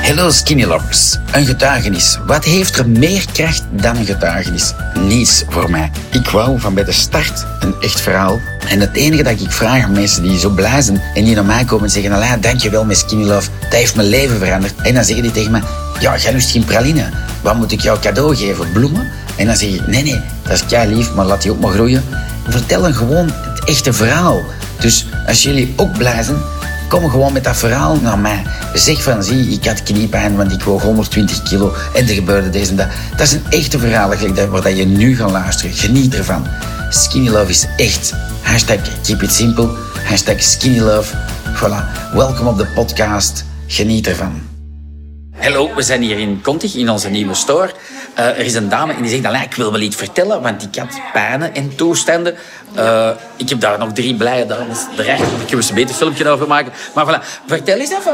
Hello Skinny Lovers. Een getuigenis. Wat heeft er meer kracht dan een getuigenis? Niets voor mij. Ik wou van bij de start een echt verhaal. En het enige dat ik vraag aan mensen die zo blij zijn en die naar mij komen en zeggen: Alain, dankjewel met Skinny Love. Dat heeft mijn leven veranderd. En dan zeggen die tegen mij: ja, jij lust geen praline. Wat moet ik jou cadeau geven? Bloemen? En dan zeg ik: nee, dat is kei lief, maar laat die ook maar groeien. Vertel dan gewoon het echte verhaal. Dus als jullie ook blij zijn, kom gewoon met dat verhaal naar mij. Zeg van, zie, ik had kniepijn, want ik woog 120 kilo en er gebeurde deze en dat. Dat is een echte verhaal waar je nu gaat luisteren. Geniet ervan. Skinny Love is echt. #keep it simple. #Skinny Love. Voilà. Welkom op de podcast. Geniet ervan. Hallo, we zijn hier in Contig, in onze nieuwe store. Er is een dame en die zegt: Alain, ik wil wel iets vertellen, want ik had pijnen en toestanden. Ik heb daar nog 3 blije dames erachter. Ik heb eens een beter filmpje over maken. Maar voilà, vertel eens even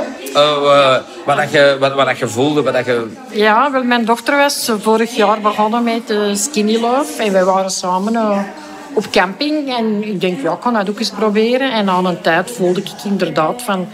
wat je voelde. Wat je... Ja, wel, mijn dochter was vorig jaar begonnen met Skinny Love. En wij waren samen op camping. En ik denk, ja, ik kan dat ook eens proberen. En na een tijd voelde ik inderdaad van...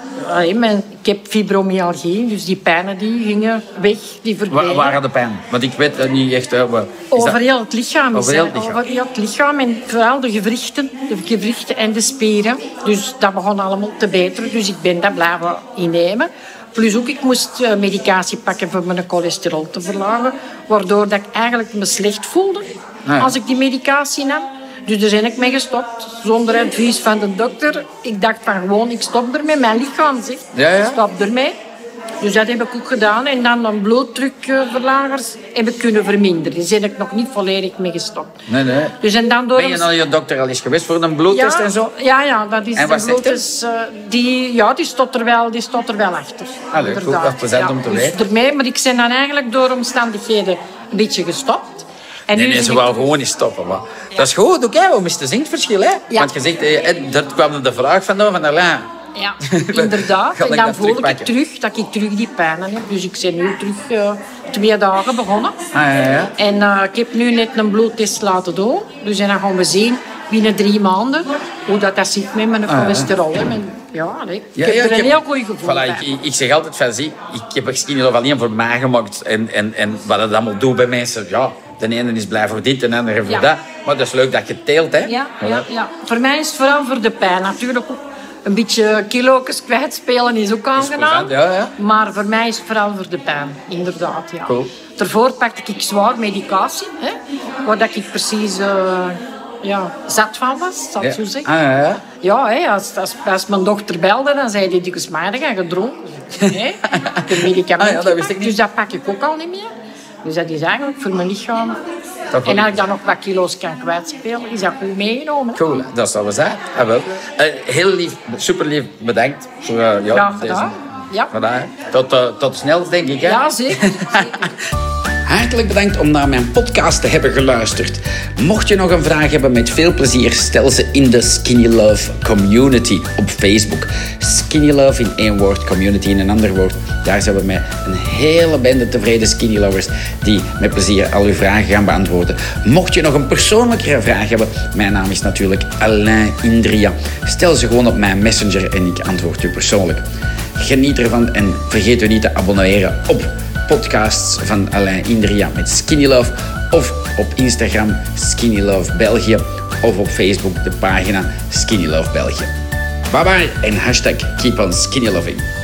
ik heb fibromyalgie, dus die pijnen die gingen weg, die verdwenen. Waar had de pijn? Want ik weet niet echt... Over heel het lichaam. Over heel het lichaam en vooral de gewrichten en de spieren. Dus dat begon allemaal te beteren, dus ik ben dat blijven innemen. Plus ook, ik moest medicatie pakken voor mijn cholesterol te verlagen, waardoor dat ik eigenlijk me slecht voelde als ik die medicatie nam. Dus daar ben ik mee gestopt, zonder advies van de dokter. Ik dacht van gewoon, ik stop ermee. Mijn lichaam zegt, stop ermee. Dus dat heb ik ook gedaan. En dan een bloeddrukverlagers heb ik kunnen verminderen. Daar ben ik nog niet volledig mee gestopt. Nee. Dus en dan door ben je al je dokter al eens geweest voor een bloedtest en zo? Ja, dat is en de bloedtest. Die stond er wel achter. Allee, goed, dat is plezant om te weten. Ermee, maar ik ben dan eigenlijk door omstandigheden een beetje gestopt. Nee, ze wou gewoon niet stoppen. Maar. Ja. Dat is goed, oké, wat is het zichtverschil? Hè? Ja. Want je zegt, daar kwam de vraag van Alain. Ja, inderdaad. En dan voelde ik terug die pijnen heb. Dus ik ben nu terug 2 dagen begonnen. Ja. En ik heb nu net een bloedtest laten doen. Dus dan gaan we zien binnen 3 maanden hoe dat zit met mijn cholesterol. Ik heb er een heel goed gevoel bij. Ik zeg altijd van, zie, ik heb er Skinny Love alleen voor mij gemaakt. En wat het allemaal doet bij mensen, ja... De ene is blij voor dit, de andere voor dat. Maar dat is leuk dat je het teelt, hè? Ja. Voor mij is het vooral voor de pijn. Natuurlijk ook een beetje kilo's kwijtspelen is ook aangenaam. Ja. Maar voor mij is het vooral voor de pijn, inderdaad. Ja. Cool. Daarvoor pakte ik zwaar medicatie, hè, waar dat ik precies zat van was, zal ik zo zeggen. Als mijn dochter belde, dan zei hij dikwijls: maar je gedronken. Nee, de medicamenten. Dat wist ik niet. Dus dat pak ik ook al niet meer. Dus dat is eigenlijk voor mijn lichaam. En als ik dan nog wat kilo's kan kwijtspelen, is dat goed meegenomen. Hè? Cool, dat zal we zijn. Heel lief, super lief bedankt. Graag gedaan. Tot snel, denk ik. Hè? Ja, zeker. Hartelijk bedankt om naar mijn podcast te hebben geluisterd. Mocht je nog een vraag hebben, met veel plezier stel ze in de Skinny Love Community op Facebook. Skinny Love in 1 woord, community in een ander woord. Daar zijn we met een hele bende tevreden Skinny Lovers die met plezier al uw vragen gaan beantwoorden. Mocht je nog een persoonlijkere vraag hebben, mijn naam is natuurlijk Alain Indria. Stel ze gewoon op mijn messenger en ik antwoord u persoonlijk. Geniet ervan en vergeet u niet te abonneren op podcasts van Alain Indria met Skinny Love of op Instagram Skinny Love België of op Facebook de pagina Skinny Love België. Bye bye en #keep on skinny loving.